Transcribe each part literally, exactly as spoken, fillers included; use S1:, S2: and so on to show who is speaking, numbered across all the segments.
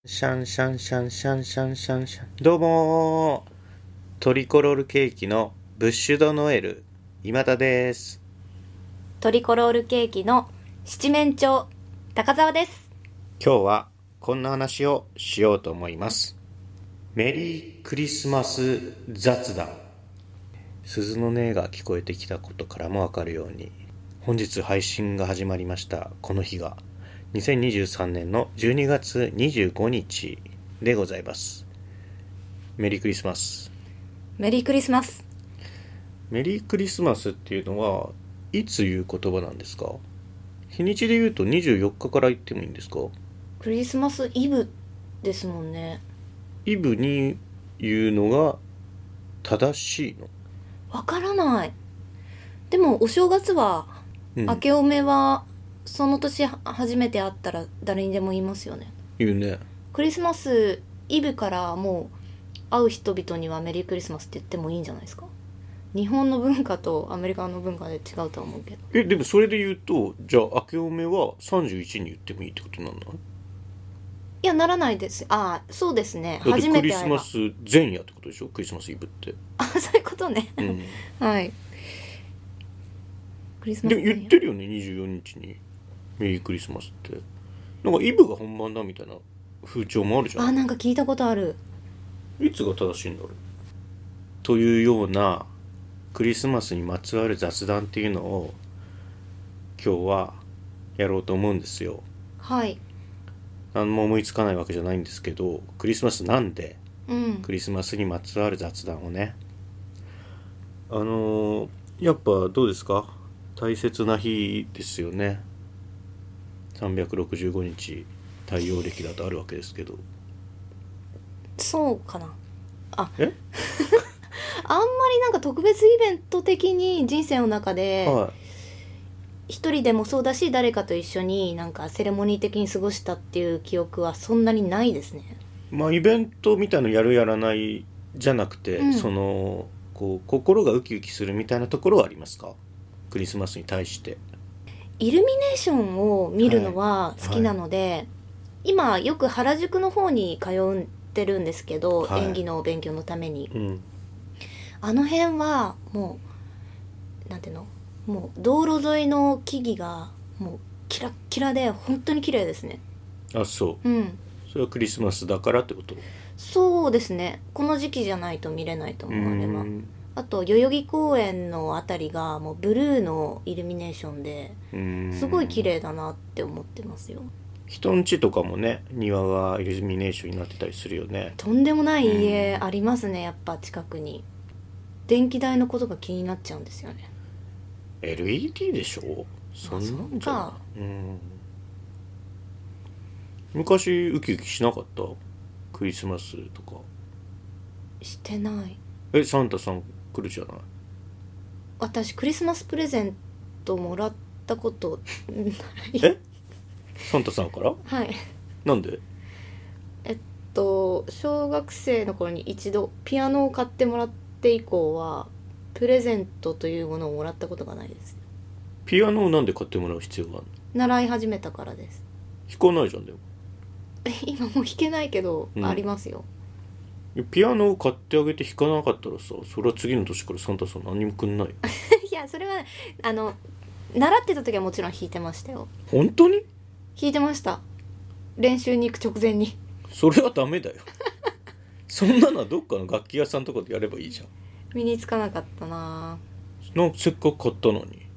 S1: シャンシャンシャンシャンシャンシャンシャン。どうもー、トリコロールケーキのブッシュドノエル今田です。
S2: トリコロールケーキの七面鳥高澤です。
S1: 今日はこんな話をしようと思います。メリークリスマス雑談。鈴の音が聞こえてきたことからもわかるように、本日配信が始まりましたこの日がにせんにじゅうさんねんのじゅうにがつにじゅうごにちでございます。メリークリスマス。
S2: メリークリスマス。
S1: メリークリスマスっていうのはいつ言う言葉なんですか？日にちで言うとにじゅうよっかから言ってもいいんですか？
S2: クリスマスイブですもんね。
S1: イブに言うのが正しいの？
S2: わからない。でもお正月は、うん、明けおめはその年初めて会ったら誰にでも言いますよね。
S1: 言うね。
S2: クリスマスイブからもう会う人々にはメリークリスマスって言ってもいいんじゃないですか。日本の文化とアメリカの文化で違うとは思うけど。
S1: え、でもそれで言うと、じゃあ明けおめはさんじゅういちに言ってもいいってことなんだ？
S2: いや、ならないです。ああ、そうですね。
S1: だってクリスマス前夜ってことでしょ、クリスマスイブって。
S2: あ、そういうことね。うん、はい。
S1: クリスマスでも言ってるよね、にじゅうよっかにメリークリスマスって。なんかイブが本番だみたいな風潮もあるじゃん。
S2: あ、なんか聞いたことある。
S1: いつが正しいんだろうというようなクリスマスにまつわる雑談っていうのを今日はやろうと思うんですよ。
S2: はい。
S1: 何も思いつかないわけじゃないんですけど、クリスマスなんで、
S2: うん、
S1: クリスマスにまつわる雑談をね。あのー、やっぱどうですか？大切な日ですよね。さんびゃくろくじゅうごにち太陽暦だとあるわけですけど。
S2: そうかなあ
S1: え
S2: あんまりなんか特別イベント的に人生の中で、はい、一人でもそうだし誰かと一緒になんかセレモニー的に過ごしたっていう記憶はそんなにないですね。
S1: まあイベントみたいのやるやらないじゃなくて、うん、そのこう心がウキウキするみたいなところはありますか？クリスマスに対して
S2: イルミネーションを見るのは好きなので、はいはい、今よく原宿の方に通ってるんですけど、はい、演技の勉強のために、うん、あの辺はもうなんていうの、もう道路沿いの木々がもうキラッキラで本当に綺麗ですね。
S1: あ、そう、うん、それはクリスマスだからってこと？
S2: そうですね。この時期じゃないと見れないと思う。あれはあと代々木公園のあたりがもうブルーのイルミネーションですごい綺麗だなって思ってますよ。
S1: 人ん家とかもね、庭がイルミネーションになってたりするよね。
S2: とんでもない家ありますね、やっぱ近くに。電気代のことが気になっちゃうんですよね。
S1: エルイーディー でしょ、そんなんじゃない。うん、昔ウキウキしなかった？クリスマスとか
S2: してない。
S1: え、サンタさん来るじゃない。
S2: 私クリスマスプレゼントもらったことない
S1: え、サンタさんから？
S2: はい。
S1: なんで？
S2: えっと小学生の頃に一度ピアノを買ってもらって以降はプレゼントというものをもらったことがないです。
S1: ピアノをなんで買ってもらう必要があるの？
S2: 習い始めたからです。
S1: 弾かないじゃん。でも
S2: 今もう弾けないけど、うん、ありますよ。
S1: ピアノを買ってあげて弾かなかったらさ、それは次の年からサンタさん何にもくんないよ
S2: いや、それはあの習ってた時はもちろん弾いてましたよ。
S1: 本当に？
S2: 弾いてました。練習に行く直前に。
S1: それはダメだよそんなのはどっかの楽器屋さんとかでやればいいじゃん。
S2: 身につかなかったな。
S1: なんかせっかく買ったのに。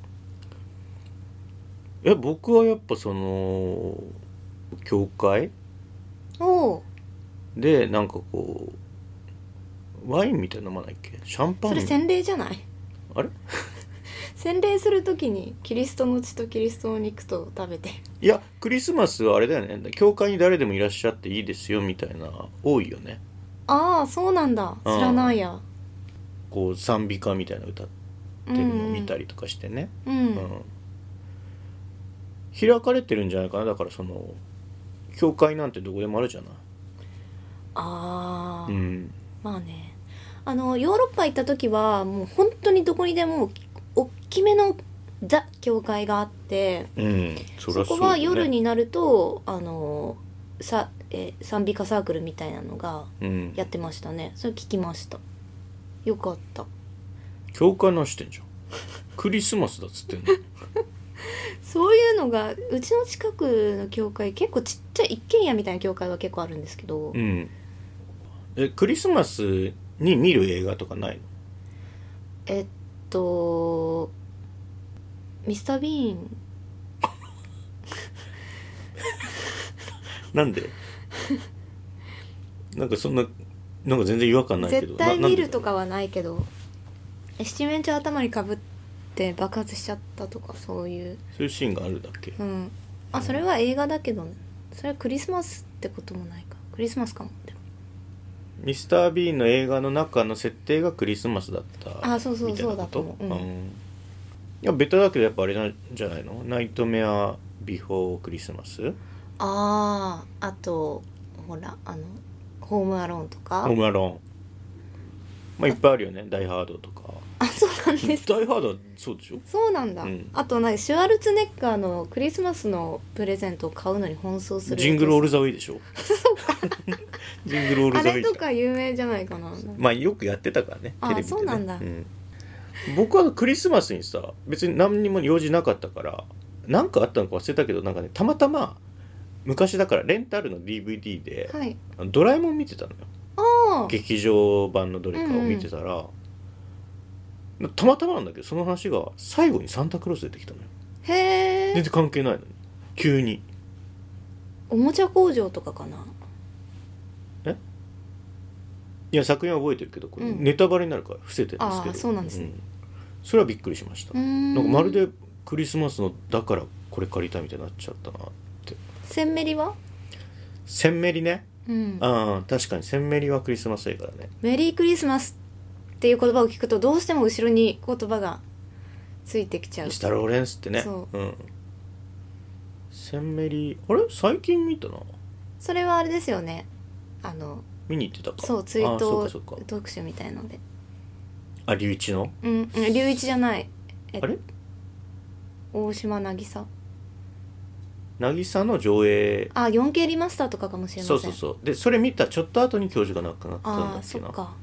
S1: え、僕はやっぱその教会
S2: お
S1: でなんかこうワインみたいな飲まないっけ？シャンパン。
S2: それ洗礼じゃない？
S1: あれ
S2: 洗礼するときにキリストの血とキリストの肉と食べて。
S1: いや、クリスマスはあれだよね、教会に誰でもいらっしゃっていいですよみたいな多いよね。
S2: ああ、そうなんだ。知らないや。
S1: こう賛美歌みたいな歌ってるのを見たりとかしてね、
S2: うんうん、うん、
S1: 開かれてるんじゃないかな。だからその教会なんてどこでもあるじゃない。
S2: ああ、
S1: うん、
S2: まあね、あのヨーロッパ行った時はもう本当にどこにでも大きめのザ教会があって、
S1: うん、 そ,
S2: そこは夜になるとあのさ、えー賛美歌サークルみたいなのが
S1: うん
S2: やってましたね。それ聞きました。よかった。
S1: 教会のしてんじゃん。クリスマスだっつってんの。
S2: そういうのがうちの近くの教会、結構ちっちゃい一軒家みたいな教会は結構あるんですけど、
S1: うんえクリスマスに見る映画とかないの？
S2: えっとミスター・ビーン。
S1: なんで？なんかそんななんか全然違和感ないけど、
S2: 絶対見ると
S1: か
S2: かはないけど、七面鳥頭にかぶって爆発しちゃったとか、そういう。
S1: そういうシーンがあるだっけ？
S2: うんあ、それは映画だけどね。それはクリスマスってこともないか。クリスマスかも。でも
S1: ミスター・ビーンの映画の中の設定がクリスマスだった
S2: あそうそう
S1: みたいなこと？
S2: そうだと思ううん
S1: んいやベタだけどやっぱあれなんじゃないの？ナイトメアビフォークリスマス？
S2: あああとほらあのホームアローンとか。
S1: ホームアローン、まあいっぱいあるよね。ダイハードとか。
S2: あそうなんですか。
S1: ダイハードはそうでしょ？
S2: そうなんだ、
S1: うん
S2: あとなんかシュワルツェネッガーのクリスマスのプレゼントを買うのに奔走する
S1: ジングルオールザウェイでしょ？ジングルオール
S2: あ
S1: ザウェイじゃん。
S2: れとか有名じゃないかな。
S1: まあよくやってたからね、
S2: あ
S1: テレビでね。
S2: そうなんだ
S1: ん僕はクリスマスにさ別に何にも用事なかったから何かあったのか忘れたけど、なんかねたまたま昔だからレンタルの ディーブイディー で、
S2: はい
S1: あのドラえもん見てたのよ。
S2: ああ
S1: 劇場版のどれかを見てたら、たまたまなんだけどその話が最後にサンタクロース出てきたのよ。
S2: へえ
S1: 全然関係ないのに急に。
S2: おもちゃ工場とかかな。
S1: いや作品は覚えてるけどこれ
S2: うん
S1: ネタバレになるから伏せてるんですけど、
S2: あーそうなんですね
S1: それはびっくりしました。
S2: うーん
S1: なんかまるでクリスマスのだからこれ借りたみたいになっちゃったなって。
S2: センメリは
S1: センメリね。
S2: うん
S1: ああ確かにセンメリはクリスマス映画だね。
S2: メリークリスマスっていう言葉を聞くとどうしても後ろに言葉がついてきちゃう。
S1: ミスター・ローレンスってね。
S2: そ
S1: うんセンメリあれ最近見たな。
S2: それはあれですよね、あの
S1: 見に行ってたか。
S2: そう追
S1: あーそう
S2: 悼
S1: かそうか。
S2: 特集みたいので。
S1: あ龍一の
S2: うんうん龍一じゃないえ
S1: あれ
S2: 大島渚。
S1: 渚の上映。
S2: あ よんケー リマスターとかかもしれません。
S1: そうそうそうでそれ見たちょっと後に教授が亡くなったんだ
S2: ああ
S1: っけな。
S2: そっか。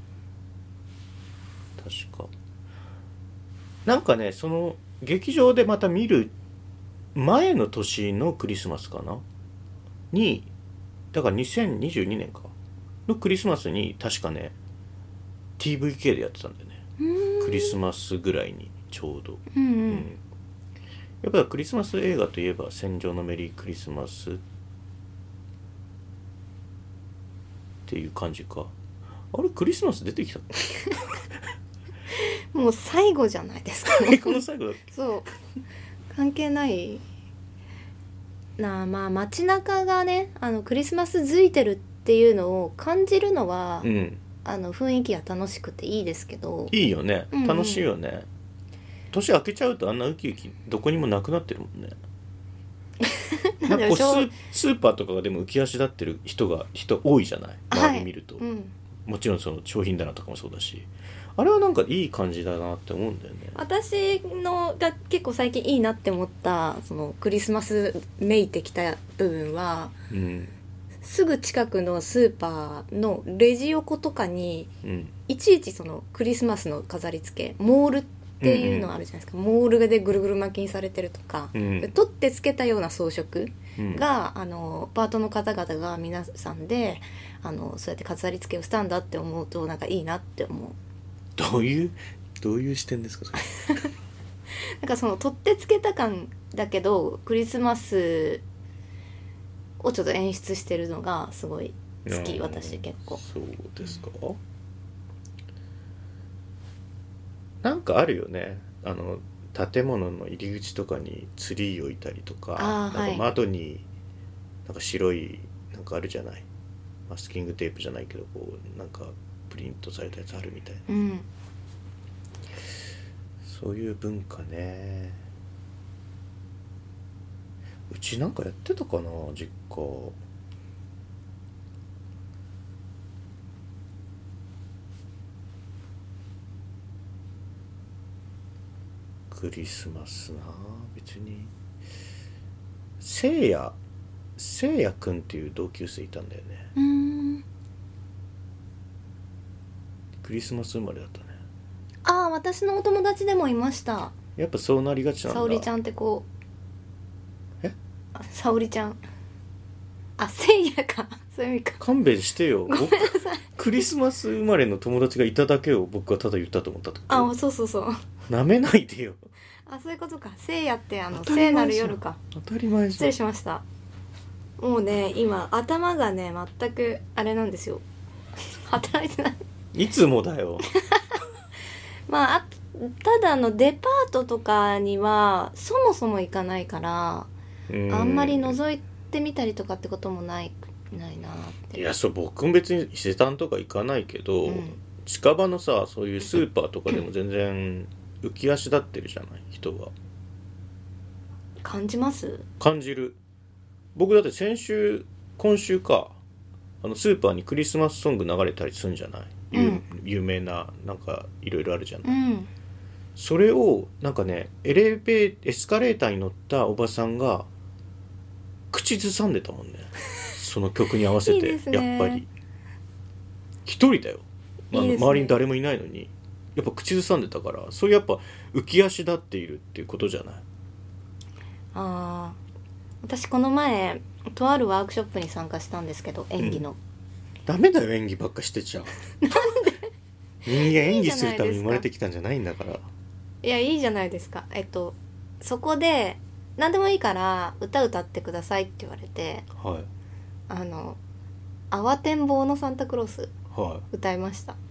S1: 確かなんかねその劇場でまた見る前の年のクリスマスかなにだからにせんにじゅうにねんかのクリスマスに確かね ティーブイケー でやってたんだよね。クリスマスぐらいにちょうど、
S2: うんうん、
S1: うんやっぱりクリスマス映画といえば戦場のメリークリスマスっていう感じか。あれクリスマス出てきた
S2: もう最後じゃないですかね
S1: この最後だっけ。
S2: そう関係ないなあ。まあ街中がねあのクリスマスづいてるっていうのを感じるのは、
S1: うん
S2: あの雰囲気が楽しくていいですけど。
S1: いいよね
S2: うんうん
S1: 楽しいよね、年明けちゃうとあんなウキウキどこにもなくなってるもんねなんかこうスースーパーとかがでも浮き足立ってる人が人多いじゃない周り見ると、
S2: はいうん、
S1: もちろんその商品棚とかもそうだしあれはなんかいい感じだなって思うんだよね。
S2: 私のが結構最近いいなって思ったそのクリスマスめいてきた部分は、
S1: うん、
S2: すぐ近くのスーパーのレジ横とかに
S1: うん、
S2: いちいちそのクリスマスの飾り付けモールっていうのあるじゃないですか、うんうん、モールでぐるぐる巻きにされてるとか、
S1: うん、
S2: 取ってつけたような装飾
S1: うん
S2: が、あのパートの方々が皆さんであのそうやって飾り付けをしたんだって思うとなんかいいなって思う。
S1: どういうどういう視点ですかそれ
S2: なんかその取ってつけた感だけどクリスマスをちょっと演出してるのがすごい好き。私結構
S1: そうですか、うん、なんかあるよねあの建物の入り口とかにツリー置いたりとか、
S2: あー
S1: なんか窓になんか白いなんかあるじゃないマスキングテープじゃないけどこうなんかプリントされたやつあるみたいな、
S2: うん、
S1: そういう文化ね。うちなんかやってたかな実家。クリスマスな別に聖夜せいやくんっていう同級生いたんだよね。
S2: うーん。
S1: クリスマス生まれだったね。
S2: ああ、私のお友達でもいました。
S1: やっぱそうなりがちなんだ。
S2: 沙織ちゃんって子。
S1: え
S2: あ、沙織ちゃん。あ、せいやか。そういう意味か。
S1: 勘弁してよ。僕クリスマス生まれの友達がいただけを僕はただ言ったと思ったってこと。
S2: あ、そうそうそう。
S1: なめないでよ。
S2: あ、そういうことか。せいやってあの
S1: 当たり前じゃん
S2: 聖なる夜か。
S1: 当たり前じゃん。
S2: 失礼しました。もうね、今頭がね全くあれなんですよ。働いてない。
S1: いつもだよ。
S2: まあ、あただのデパートとかにはそもそも行かないから、あんまり覗いてみたりとかってこともないないなって。
S1: いや、そう、僕も別に伊勢丹とか行かないけど、うん、近場のさ、そういうスーパーとかでも全然浮き足立ってるじゃない、人が。
S2: 感じます？
S1: 感じる。僕だって先週今週か、あのスーパーにクリスマスソング流れたりするんじゃない、うん、有名ななんかいろいろあるじゃない、うん、それをなんかね、エレベエスカレーターに乗ったおばさんが口ずさんでたもんね。その曲に合わせて。いいですね、やっぱり一人だよ、いいですね、周りに誰もいないのにやっぱ口ずさんでたから、それやっぱ浮き足立っているっていうことじゃない。
S2: ああ、私この前とあるワークショップに参加したんですけど、演技の、うん、
S1: ダメだよ、演技ばっかしてちゃう。
S2: なんで？
S1: 人間演技するために生まれてきたんじゃないんだから。
S2: いや、いいじゃないですか。えっとそこで何でもいいから歌歌ってくださいって言われて、
S1: はい、
S2: あの慌てんぼうのサンタクロース歌いました、はい、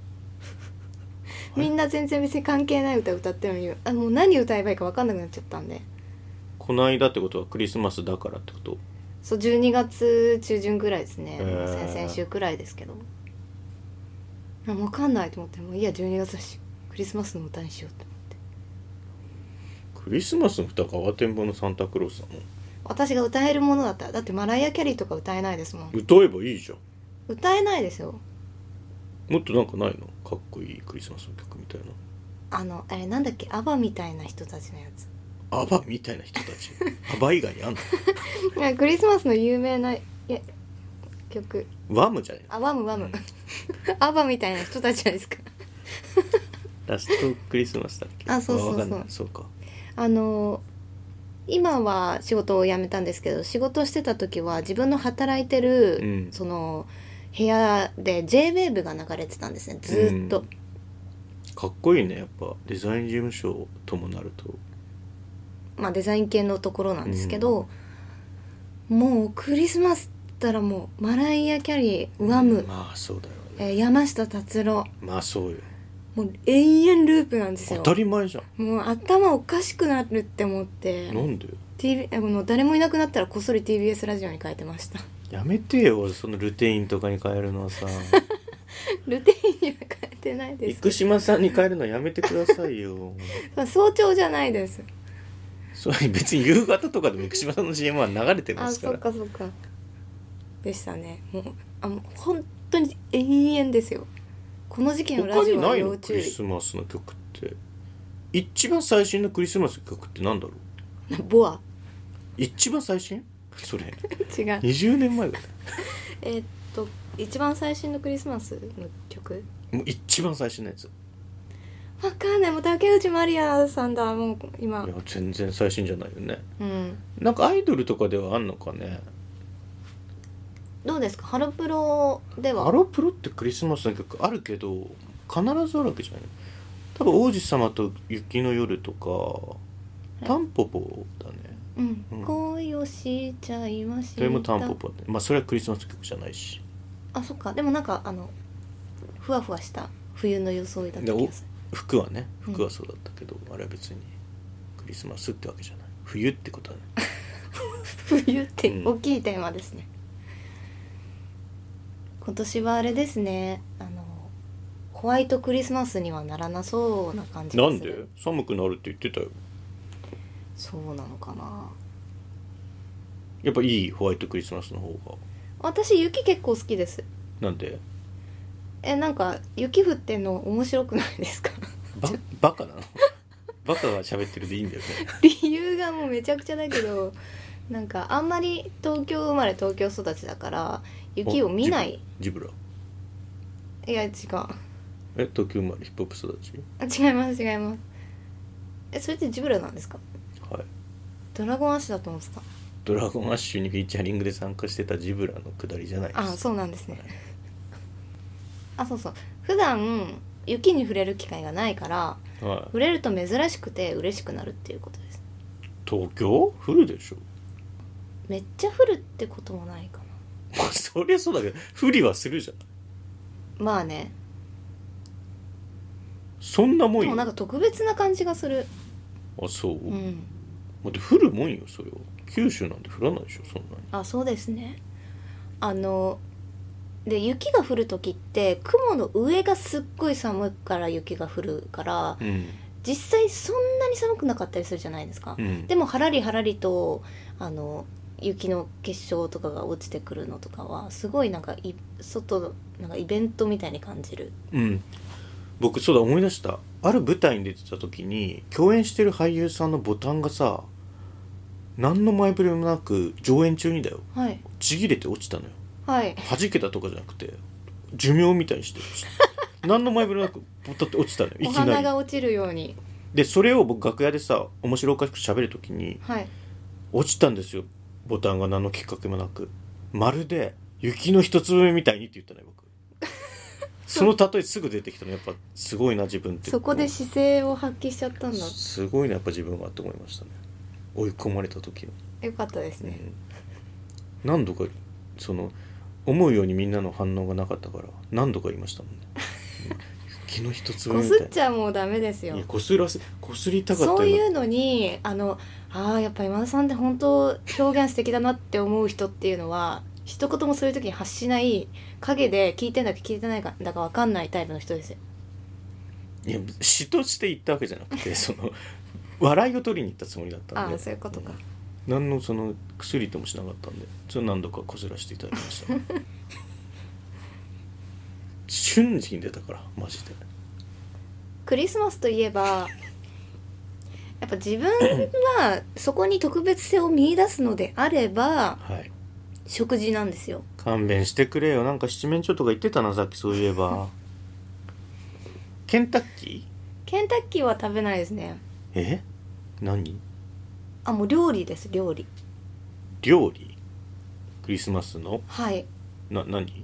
S2: みんな全然別に関係ない歌歌ってるのに、あ、もう何歌えばいいか分かんなくなっちゃったんで。
S1: この間ってことはクリスマスだからってこと？
S2: そう、じゅうにがつ中旬ぐらいですね、えー、先々週くらいですけど、分かんないと思って、もういいや、じゅうにがつだしクリスマスの歌にしようと思って。
S1: クリスマスの歌が慌てんぼうのサンタクロースだもん。
S2: 私が歌えるものだったら、だってマライア・キャリーとか歌えないですもん。
S1: 歌えばいいじゃん。
S2: 歌えないですよ。
S1: もっとなんかないの、かっこいいクリスマスの曲みたいな。
S2: あのあれなんだっけ、アバみたいな人たちのやつ。
S1: アバみたいな人たちアバ以外にあんの？
S2: クリスマスの有名な曲。
S1: ワムじゃない？
S2: あ、ワムワムアバみたいな人たちじゃないですか。
S1: ラストクリスマスだっけ？
S2: あ、そうそうそう。
S1: そうか。あ
S2: の今は仕事を辞めたんですけど、仕事してた時は自分の働いてる、うん、その部屋で ジェイウェーブ が流れてたんですね、ずーっと、うん、
S1: かっこいいね、やっぱデザイン事務所ともなると。
S2: まあデザイン系のところなんですけど、うん、もうクリスマスったらもうマライア・キャリー、ワム、うん、
S1: まあそうだよ
S2: ね、えー、山下達郎、
S1: まあそうよ、
S2: もう永遠ループなんですよ。
S1: 当たり前じゃん。
S2: もう頭おかしくなるって思って。
S1: なんで？
S2: ティービー あの誰もいなくなったらこっそり ティービーエス ラジオに変えてました。
S1: やめてよ、そのルテインとかに変えるのはさ。
S2: ルテインには変えてないです。
S1: 生島さんに変えるのやめてくださいよ。
S2: 早朝じゃないです。
S1: それ別に夕方とかでも生島さんの シーエム は流れてますから。
S2: あ、そっかそっかでしたね。もうあもう本当に永遠ですよ、この時期のラジオは要注意。他にないの？クリスマスの曲って。一番最新のクリスマスの曲ってなんだろう？ボア。
S1: 一番最新？それ
S2: 違う、
S1: にじゅうねんまえぐらい。
S2: えっと一番最新のクリスマスの曲、
S1: もう一番最新のやつ
S2: わかんない。もう竹内まりやさんだ、もう今。
S1: いや全然最新じゃないよね、
S2: うん、
S1: なんかアイドルとかではあんのかね。
S2: どうですか、ハロプロでは。
S1: ハロプロってクリスマスの曲あるけど必ずあるわけじゃない。多分王子様と雪の夜とかタンポポだね、
S2: うんうん、恋をしちゃいました。
S1: それもタンポポだね。まあそれはクリスマス曲じゃないし。
S2: あ、そっか。でもなんかあのふわふわした冬の装いだった気がする。
S1: 服はね、服はそうだったけど、うん、あれは別にクリスマスってわけじゃない。冬ってことはね。
S2: 冬って大きいテーマですね、うん、今年はあれですね、あのホワイトクリスマスにはならなそうな感じがする。
S1: なんで？寒くなるって言ってたよ。
S2: そうなのかな。
S1: やっぱいいホワイトクリスマスの方が。
S2: 私雪結構好きです。
S1: なんで？
S2: え、なんか雪降ってんの面白くないですか？
S1: バ, バカなの？バカが喋ってるでいいんだよね。
S2: 理由がもうめちゃくちゃだけど、 なんかあんまり東京生まれ東京育ちだから雪を見ない。
S1: ジブラ。
S2: いや違う。
S1: え、東京生まれヒップホップ育ち？
S2: あ、違います違います。え、それってジブラなんですか？
S1: はい。
S2: ドラゴンアッシュだと思ってた。
S1: ドラゴンアッシュにフィーチャリングで参加してたジブラのくだりじゃないです。
S2: あ、そうなんですね、はい、あ、そうそう、普段雪に触れる機会がないから、はい、触れると珍しくて嬉しくなるっていうことです。
S1: 東京降るでしょ。
S2: めっちゃ降るってこともないか
S1: なそりゃそうだけど降りはするじゃん。
S2: まあね、
S1: そんなもんよ。
S2: でもなんか特別な感じがする。
S1: あ、そう、
S2: うん、
S1: だって降るもんよそれは。九州なんて降らないでしょそんなに。
S2: あ、そうですね。あので雪が降る時って雲の上がすっごい寒いから雪が降るから、うん、実際そんなに寒くなかったりするじゃないですか、うん、でもはらりはらりとあの雪の結晶とかが落ちてくるのとかはすごいなんかい外なんかイベントみたいに感じる。
S1: うん、僕そうだ思い出した。ある舞台に出てた時に共演してる俳優さんのボタンがさ、何の前触れもなく上演中にだよ、はい、ちぎれて落ちたのよ。はい、弾けたとかじゃなくて寿命みたいにして何の前触れもなくボタって落ちたのよ。いきなりお
S2: 花が落ちるように。
S1: でそれを僕楽屋でさ面白おかしく喋る時に、はい、落ちたんですよボタンが何のきっかけもなく。まるで雪の一粒目みたいにって言ったのよ僕その例えすぐ出てきたの。やっぱすごいな自分って。
S2: そこで姿勢を発揮しちゃったんだ。
S1: すごいなやっぱ自分はって思いましたね。追い込まれた時の。
S2: よかったですね、
S1: うん、何度かその思うようにみんなの反応がなかったから何度か言いましたもんね雪の一粒目みたいな。
S2: こすっちゃもうダメですよ。
S1: いやこすらせこすりたかったよ。
S2: そういうのにあのあやっぱ今田さんって本当表現素敵だなって思う人っていうのは一言もそういう時に発しない、影で聞いてんだか聞いてないかだか分かんないタイプの人ですよ。
S1: いや詩として言ったわけじゃなくてその笑いを取りに行ったつもりだったんで。
S2: ああそういうことか、うん、
S1: 何のその薬ともしなかったんでそれ何度かこすらせていただきました瞬時に出たからマジで。
S2: クリスマスといえばやっぱ自分はそこに特別性を見出すのであれば、はい、食事なんですよ。
S1: 勘弁してくれよ。なんか七面鳥とか言ってたなさっきそういえばケンタッキー
S2: ケンタッキーは食べないですね。
S1: え何？
S2: あ、もう料理です。料理
S1: 料理クリスマスの。
S2: はい
S1: な、何？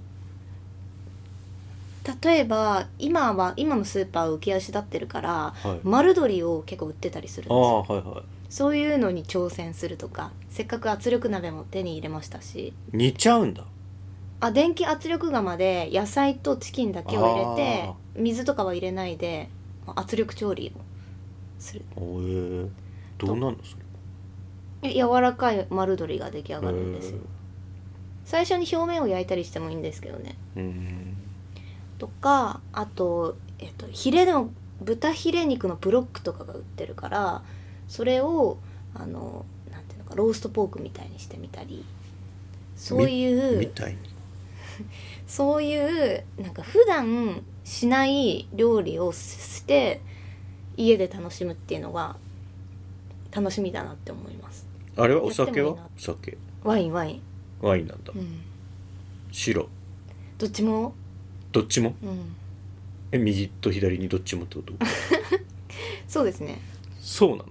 S2: 例えば今は今のスーパー浮き足立ってるから、はい、丸鶏を結構売ってたりするんですよ。あ、はいはい、そういうのに挑戦するとか。せっかく圧力鍋も手に入れましたし。
S1: 煮ちゃうんだ。
S2: あ、電気圧力釜で野菜とチキンだけを入れて水とかは入れないで圧力調理をする。
S1: えー、どうなんのそれ。
S2: 柔らかい丸鶏が出来上がるんですよ。最初に表面を焼いたりしてもいいんですけどね。うんとかあと、えっと、ヒレの豚ヒレ肉のブロックとかが売ってるからそれをあのなんていうのかローストポークみたいにしてみたり、そういう
S1: みたいに
S2: そういうなんか普段しない料理をして家で楽しむっていうのが楽しみだなって思います。
S1: あれはお酒はお酒
S2: ワインワイン
S1: ワインなんだ、うん、白
S2: どっちも
S1: どっちも、
S2: うん、
S1: え右と左にどっちもってこと
S2: そうですね。
S1: そうなんだ。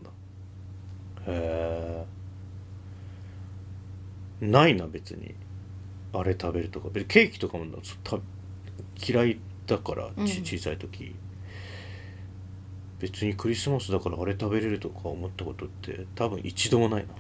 S1: へえ。ないな別にあれ食べるとか。ケーキとかも嫌いだから、うん、小さい時別にクリスマスだからあれ食べれるとか思ったことって多分一度もないな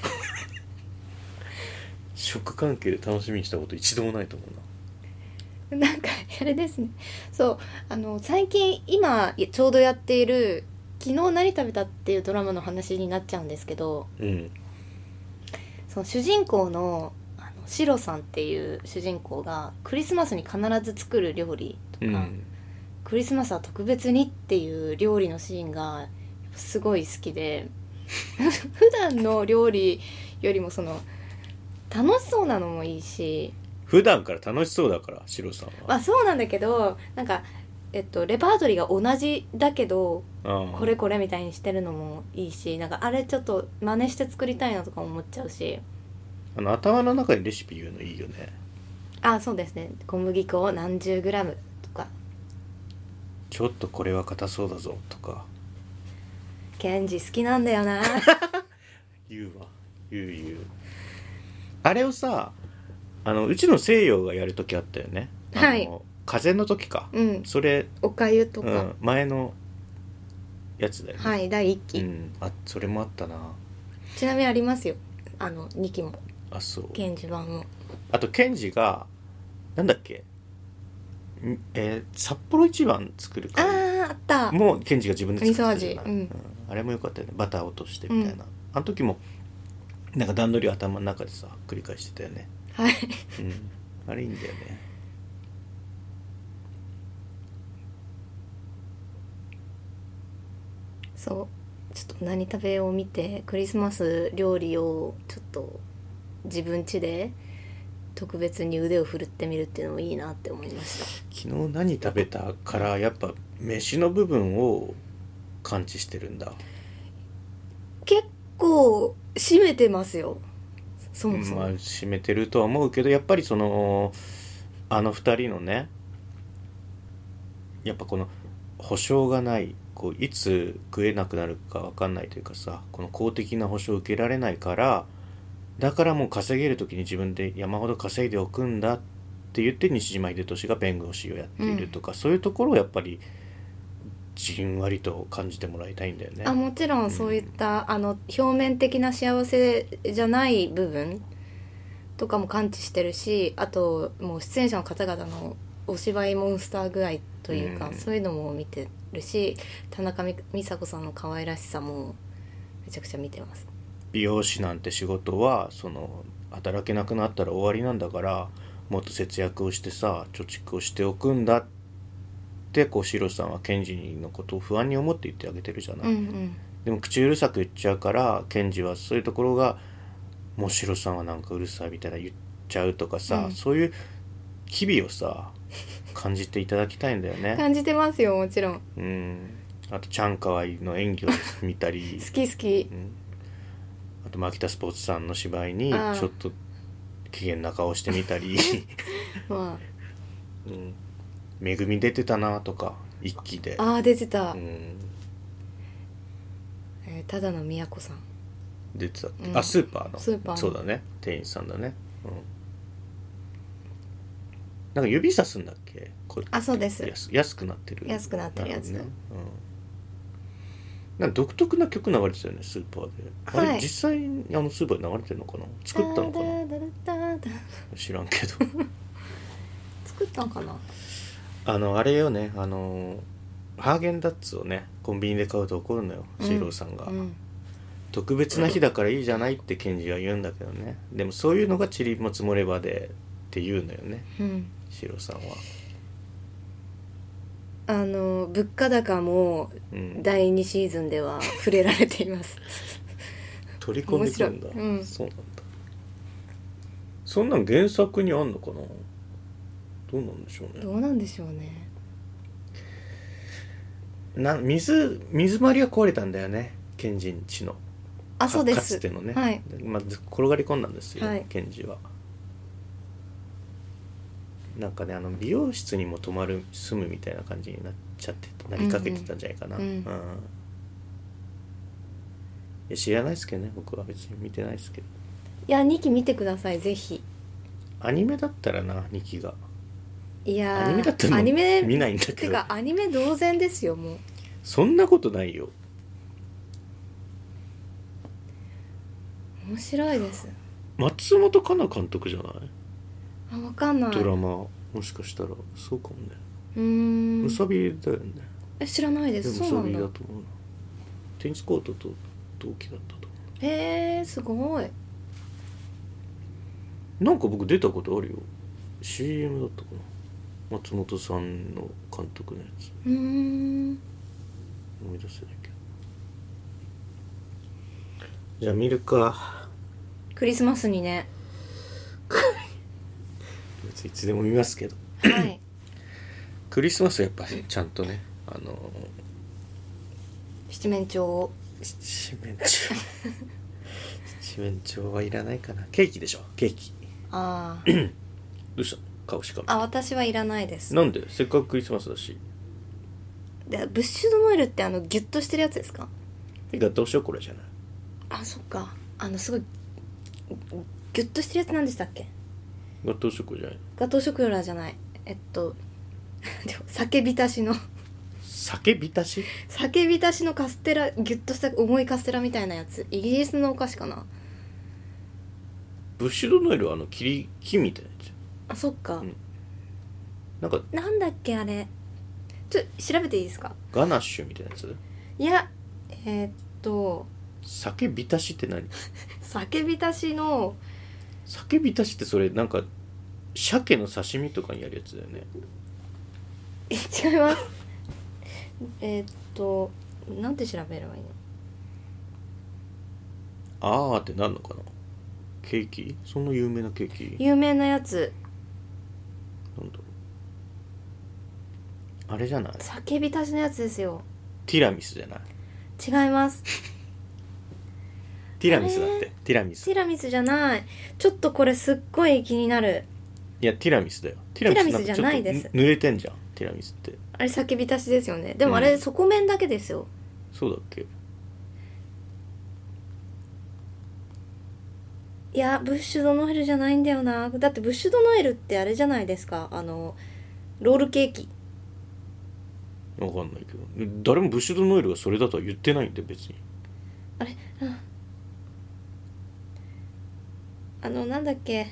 S1: 食関係で楽しみにしたこと一度もないと思うな。
S2: なんかあれですね。そうあの最近今ちょうどやっている昨日何食べたっていうドラマの話になっちゃうんですけど、うん、その主人公のあのシロさんっていう主人公がクリスマスに必ず作る料理とか、うん、クリスマスは特別にっていう料理のシーンがすごい好きで普段の料理よりもその楽しそうなのもいいし。
S1: 普段から楽しそうだからシロさんは。
S2: まあそうなんだけどなんかえっと、レパートリーが同じだけど
S1: あ
S2: これこれみたいにしてるのもいいし、なんかあれちょっと真似して作りたいなとか思っちゃうし。
S1: あの頭の中にレシピ言うのいいよね。
S2: あ、そうですね。小麦粉を何十グラムとか、
S1: ちょっとこれは硬そうだぞとか
S2: ケンジ好きなんだよな
S1: 言うわ言う言う。あれをさ、あのうちの西洋がやるときあったよね。
S2: はい。
S1: あの風邪の時か、
S2: うん、
S1: それ
S2: おかゆとか、
S1: うん、前のやつだよね。
S2: はい、だいいっき、
S1: うん、あそれもあったな。
S2: ちなみにありますよ、あのにきも。
S1: あそう
S2: ケンジ版も。
S1: あとケンジがなんだっけ、んえー、札幌一番作る
S2: あ
S1: から
S2: ーあった
S1: もうケンジが自分で作ってたじゃない、
S2: 味噌味、うん
S1: うん、あれもよかったよね。バター落としてみたいな、
S2: うん、
S1: あの時もなんか段取りを頭の中でさ繰り返してたよね。
S2: はい、
S1: うん、あれいいんだよね。
S2: そうちょっと何食べよう見てクリスマス料理をちょっと自分家で特別に腕を振るってみるっていうのもいいなって思いました。
S1: 昨日何食べたからやっぱ飯の部分を感知してるんだ。
S2: 結構締めてますよ、そもそも。
S1: まあ締めてるとは思うけど、やっぱりそのあの二人のね、やっぱこの保証がない、こういつ食えなくなるか分かんないというかさ、この公的な保証を受けられないから、だからもう稼げる時に自分で山ほど稼いでおくんだって言って西島秀俊が弁護士をやっているとか、うん、そういうところをやっぱりじんわりと感じてもらいたいんだよね。
S2: あ、もちろんそういった、うん、あの表面的な幸せじゃない部分とかも感知してるし、あともう出演者の方々のお芝居モンスター具合というか、うん、そういうのも見てるし、田中美佐子さんの可愛らしさもめちゃくちゃ見てます。
S1: 美容師なんて仕事はその働けなくなったら終わりなんだから、もっと節約をしてさ貯蓄をしておくんだってこうシロさんはケンジのことを不安に思って言ってあげてるじゃない、うんうん、でも口うるさく言っちゃうからケンジはそういうところがもうシロさんはなんかうるさいみたいな言っちゃうとかさ、うん、そういう機微をさ感じていただきたいんだよね。
S2: 感じてますよ、もちろん。
S1: うん、あとチャンカワイの演技を見たり
S2: 好き好き、
S1: うん、あと牧田スポーツさんの芝居にちょっと機嫌な顔してみたりまあ、うん、めぐみ出てたなとか一期で、
S2: ああ出てた、うん、えー、ただの宮子さん
S1: 出てた、うん、あスーパーの
S2: スーパーの
S1: そうだね、店員さんだね、うん、なんか指さすんだっけこれ。
S2: あ、そうです。
S1: 安、安くなってる
S2: 安くなってるやつね、うん、
S1: なんか独特な曲流れてたよねスーパーで、はい、あれ実際にあのスーパーで流れてるのかな、作ったのかな知らんけど
S2: 作ったのかな。
S1: あのあれよね、あのハーゲンダッツをねコンビニで買うと怒るのよ、シーローさんが、うん、特別な日だからいいじゃないってケンジは言うんだけどね、でもそういうのが塵も積もればでって言うのよね、うん、シロさんは。
S2: あの物価高もだいにシーズンでは触れられています、
S1: うん、取り込んでくるんだ、
S2: うん、
S1: そうなんだ。そんなん原作にあんのかな、どうなんでしょうね。
S2: どうなんでしょうね。
S1: な水水回りが壊れたんだよね、ケンジン家の。
S2: あ、そうです。
S1: かつてのね、
S2: はい、
S1: まず転がり込んだんですよ、
S2: はい、
S1: ケンジは。なんかね、あの美容室にも泊まる住むみたいな感じになっちゃってなりかけてたんじゃないかな、うんうんうん、いや知らないですけどね、僕は別に見てないですけど。
S2: いやにき見てください、ぜひ。
S1: アニメだったらな、にきが。
S2: いや
S1: アニメだったら見ないんだけど、
S2: てかアニメ同然ですよ。もう
S1: そんなことないよ、
S2: 面白いです。
S1: 松本香奈監督じゃない？
S2: あ、分かんない。
S1: ドラマもしかしたらそうかもね。
S2: うーん、
S1: ムサビだよね。
S2: え、知らないです。
S1: でもムサビだと思うな。テニスコートと同期だったと思
S2: う。へえ、すごい。
S1: なんか僕出たことあるよ、 シーエム だったかな、松本さんの監督のやつ。
S2: うーん、
S1: 思い出せないけど。じゃあ見るか、
S2: クリスマスにね
S1: 別にいつでも見ますけど
S2: はい
S1: クリスマスはやっぱちゃんとね、あの
S2: 七面鳥を
S1: 七面鳥七面鳥はいらないかな。ケーキでしょ、ケーキ。
S2: ああ
S1: どうしたの、顔しかめて。
S2: あ、私はいらないです。
S1: なんで、せっかくクリスマスだし。
S2: でブッシュドノエルってあのギュッとしてるやつですか？
S1: ガトーショコラじゃない。
S2: あ、そっか。あのすごいギュッとしてるやつなんでしたっけ？
S1: ガトーショコラじゃない。
S2: ガトーショコラじゃない、えっとでも酒浸しの
S1: 酒浸し
S2: 酒浸しのカステラ、ギュッとした重いカステラみたいなやつ、イギリスのお菓子かな。
S1: ブッシュドノエルはあの切り木みたいなやつ。
S2: あ、そっか、
S1: うん、なんか
S2: なんだっけあれ、ちょ調べていいですか？
S1: ガナッシュみたいなやつ。
S2: いや、えー、っと
S1: 酒浸しって何？
S2: 酒浸しの
S1: 酒浸しってそれなんか鮭の刺身とかにやるやつだよね。
S2: え違いますえーっとなんて調べればいいの？
S1: あーってなんのかな。ケーキ？そんな有名なケーキ？
S2: 有名なやつ、
S1: なんだろう、あれじゃない？
S2: 酒浸しのやつですよ。
S1: ティラミスじゃない？
S2: 違います
S1: ティラミスだって。ティラミス。
S2: ティラミスじゃない。ちょっとこれすっごい気になる。
S1: いやティラミスだよ。
S2: ティラミスじゃないです。
S1: 濡れてんじゃんティラミスって。
S2: あれ酒浸しですよね。でもあれ、うん、底面だけですよ。
S1: そうだっけ？
S2: いやブッシュドノエルじゃないんだよな。だってブッシュドノエルってあれじゃないですか、あのロールケーキ。
S1: わかんないけど、誰もブッシュドノエルがそれだとは言ってないんで別に。
S2: あれ、うん、あのなんだっけ、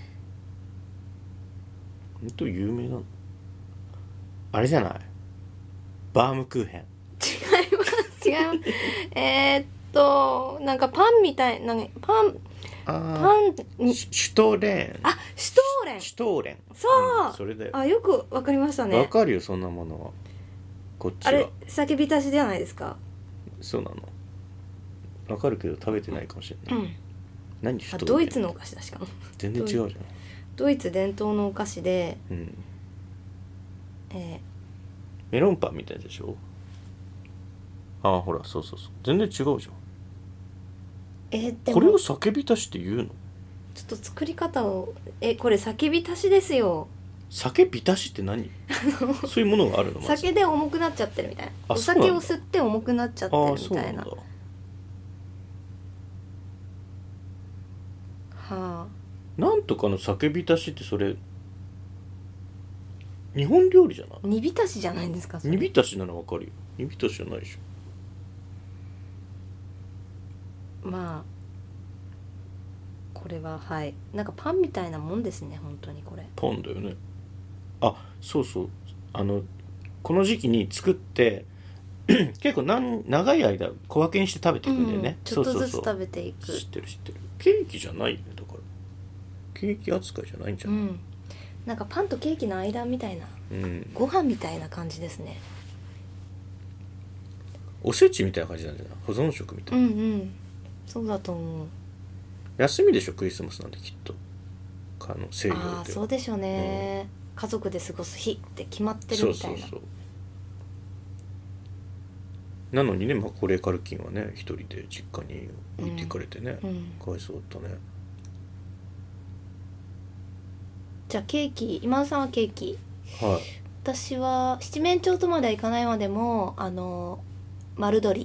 S1: ほんと有名なのあれじゃない？バームクーヘン。
S2: 違います違いますえーっとなんかパンみたいな、パン
S1: あ
S2: パンに
S1: シュトーレン。
S2: あ、シュトーレン。
S1: シュトーレン。
S2: そう、
S1: うん、それだよ。
S2: あ、よくわかりましたね。
S1: わかるよそんなものは。こっちは
S2: あれ酒浸しじゃないですか。
S1: そうなの。わかるけど食べてないかもしれない。うん、何シュトーレン。
S2: ドイツのお菓子だしかも。
S1: 全然違うじゃん。
S2: ドイツ伝統のお菓子で、うん、
S1: えー、メロンパンみたいでしょ。ああほらそうそうそう、全然違うじゃん。
S2: えー、でも
S1: これを酒浸しって言うの？
S2: ちょっと作り方を、えこれ酒浸しですよ。
S1: 酒浸しって何？そういうものがあるの？
S2: 酒で重くなっちゃってるみたいな。お酒を吸って重くなっちゃってるみたいな。はあ。
S1: なんとかの酒浸しってそれ日本料理じゃない？
S2: 煮浸しじゃないんですかそれ？
S1: 煮浸しならわかるよ。煮浸しじゃないでし
S2: ょ。まあこれははいなんかパンみたいなもんですね本当にこれ。
S1: パンだよね。あそうそう、あのこの時期に作って結構なん長い間小分けにして食べていくんだよね、
S2: うん、ちょっとずつ食べていく。
S1: 知ってる知ってる。ケーキじゃないよねだから。ケーキ扱いじゃないんじゃない？うん、
S2: なんかパンとケーキの間みたいな、うん、ご飯みたいな感じですね。
S1: おせちみたいな感じなんじゃない？保存食みたいな。
S2: うんうんそうだと思う。
S1: 休みでしょクリスマスなんできっと。あの西洋では。
S2: ああそうでしょうね、うん、家族で過ごす日って決まってるみたいな。そうそうそう。
S1: なのにねマコレー・カルキンはね一人で実家に置いていかれてね、うんうん、かわいそうだったね。
S2: じゃあケーキ、今田さんはケーキ。
S1: はい。
S2: 私は七面鳥とまではいかないまでもあの丸鶏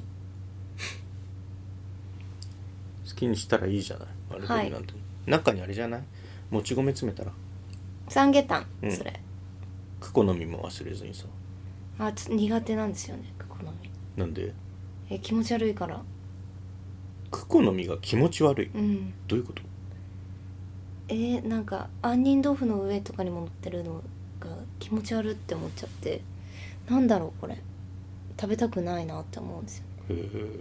S1: 好きにしたらいいじゃない丸鶏なんて、はい、中にあれじゃないもち米詰めたら
S2: 三下タン、うん、それ
S1: クコの実も忘れずにさ。
S2: あちょっと苦手なんですよねクコの実。
S1: なんで？
S2: え気持ち悪いから。
S1: クコの実が気持ち悪い、
S2: うん、
S1: どういうこと？
S2: えー、なんか杏仁豆腐の上とかにも乗ってるのが気持ち悪って思っちゃって、なんだろうこれ食べたくないなって思うんですよ。へえ。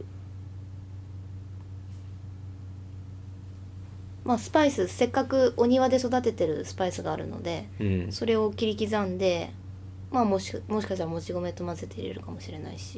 S2: まあスパイスせっかくお庭で育ててるスパイスがあるので、うん、それを切り刻んでまあもしもしかしたらもち米と混ぜて入れるかもしれないし。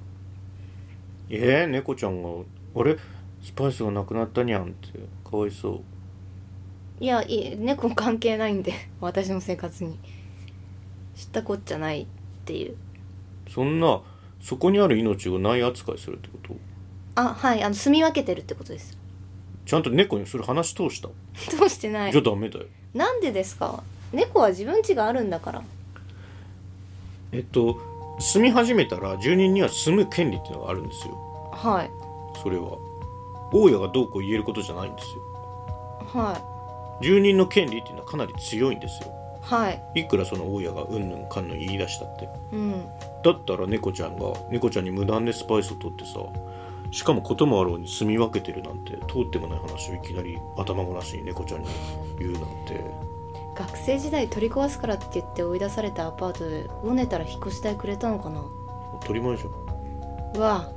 S1: えー、猫ちゃんがあれスパイスがなくなったにゃんってかわいそう。
S2: いやいい猫関係ないんで私の生活に知ったこっちゃないっっていう。
S1: そんなそこにある命をない扱いするってこと？
S2: あ、はい、あの住み分けてるってことです。
S1: ちゃんと猫にそれ話通した？
S2: 通してない。
S1: じゃあダメだよ。
S2: なんでですか？猫は自分家があるんだから。
S1: えっと住み始めたら住人には住む権利っていうのがあるんですよ。
S2: はい。
S1: それは大家がどうこう言えることじゃないんですよ。
S2: は
S1: 住人の権利っていうのはかなり強いんですよ。
S2: い。はい。
S1: いくらその大家がうんぬんかんぬん言い出したって。
S2: うん。
S1: だったら猫ちゃんが猫ちゃんに無断でスパイスを取ってさ、しかもこともあろうに住み分けてるなんて通ってもない話をいきなり頭ごなしに猫ちゃんに言うなんて。
S2: 学生時代取り壊すからって言って追い出されたアパートでごねたら引っ越し代くれたのかな。
S1: 当たり前じゃん。
S2: うわ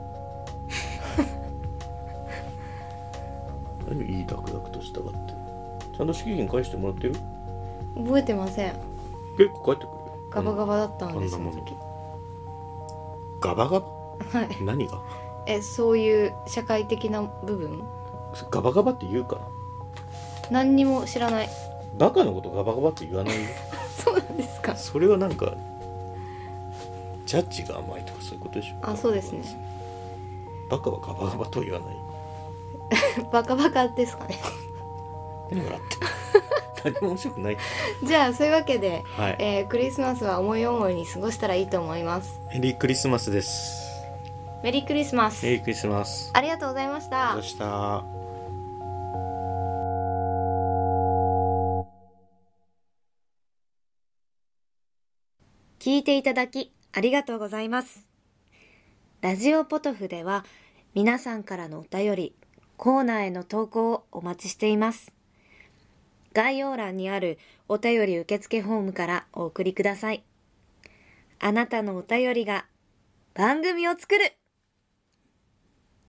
S1: 何いいダクダクとしたがって。ちゃんと敷金返してもらってる？
S2: 覚えてません。
S1: 結構返ってくるよ。
S2: ガバガバだったんです
S1: あんなも
S2: その時。
S1: ガバガバ？
S2: はい。
S1: 何が？
S2: え、そういう社会的な部分？
S1: ガバガバって言うかな？
S2: 何にも知らない。
S1: バカのことガバガバって言わないよ。
S2: そうなんですか？
S1: それはなんかジャッジが甘いとかそういうことでしょ。
S2: あ、そうですね。
S1: バカはガバガバとは言わない。
S2: バカバカですかね。
S1: 何笑って何も面白くない。
S2: じゃあそういうわけで、
S1: はい、
S2: えー、クリスマスは思い思いに過ごしたらいいと思います。
S1: メリークリスマスです。
S2: メリークリスマス。
S1: メリークリスマス。
S2: ありがとうございました。
S1: ありがとうございました。
S2: 聞いていただきありがとうございます。ラジオポトフでは皆さんからのお便り、コーナーへの投稿をお待ちしています。概要欄にあるお便り受付フォームからお送りください。あなたのお便りが番組を作る